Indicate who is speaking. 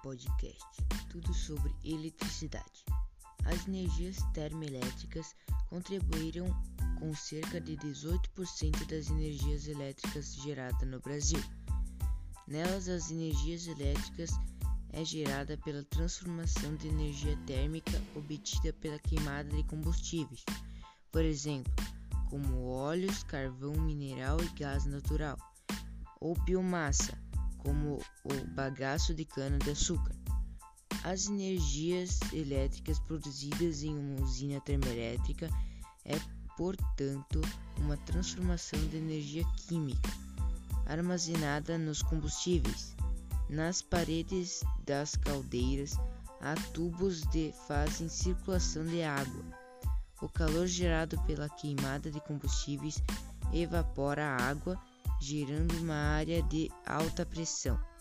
Speaker 1: podcast, tudo sobre eletricidade. As energias termoelétricas contribuíram com cerca de 18% das energias elétricas geradas no Brasil. Nelas, as energias elétricas é gerada pela transformação de energia térmica obtida pela queimada de combustíveis, por exemplo, como óleos, carvão mineral e gás natural, ou biomassa, como o bagaço de cana-de-açúcar. As energias elétricas produzidas em uma usina termoelétrica é, portanto, uma transformação de energia química armazenada nos combustíveis. Nas paredes das caldeiras há tubos que fazem circulação de água. O calor gerado pela queimada de combustíveis evapora a água, gerando uma área de alta pressão.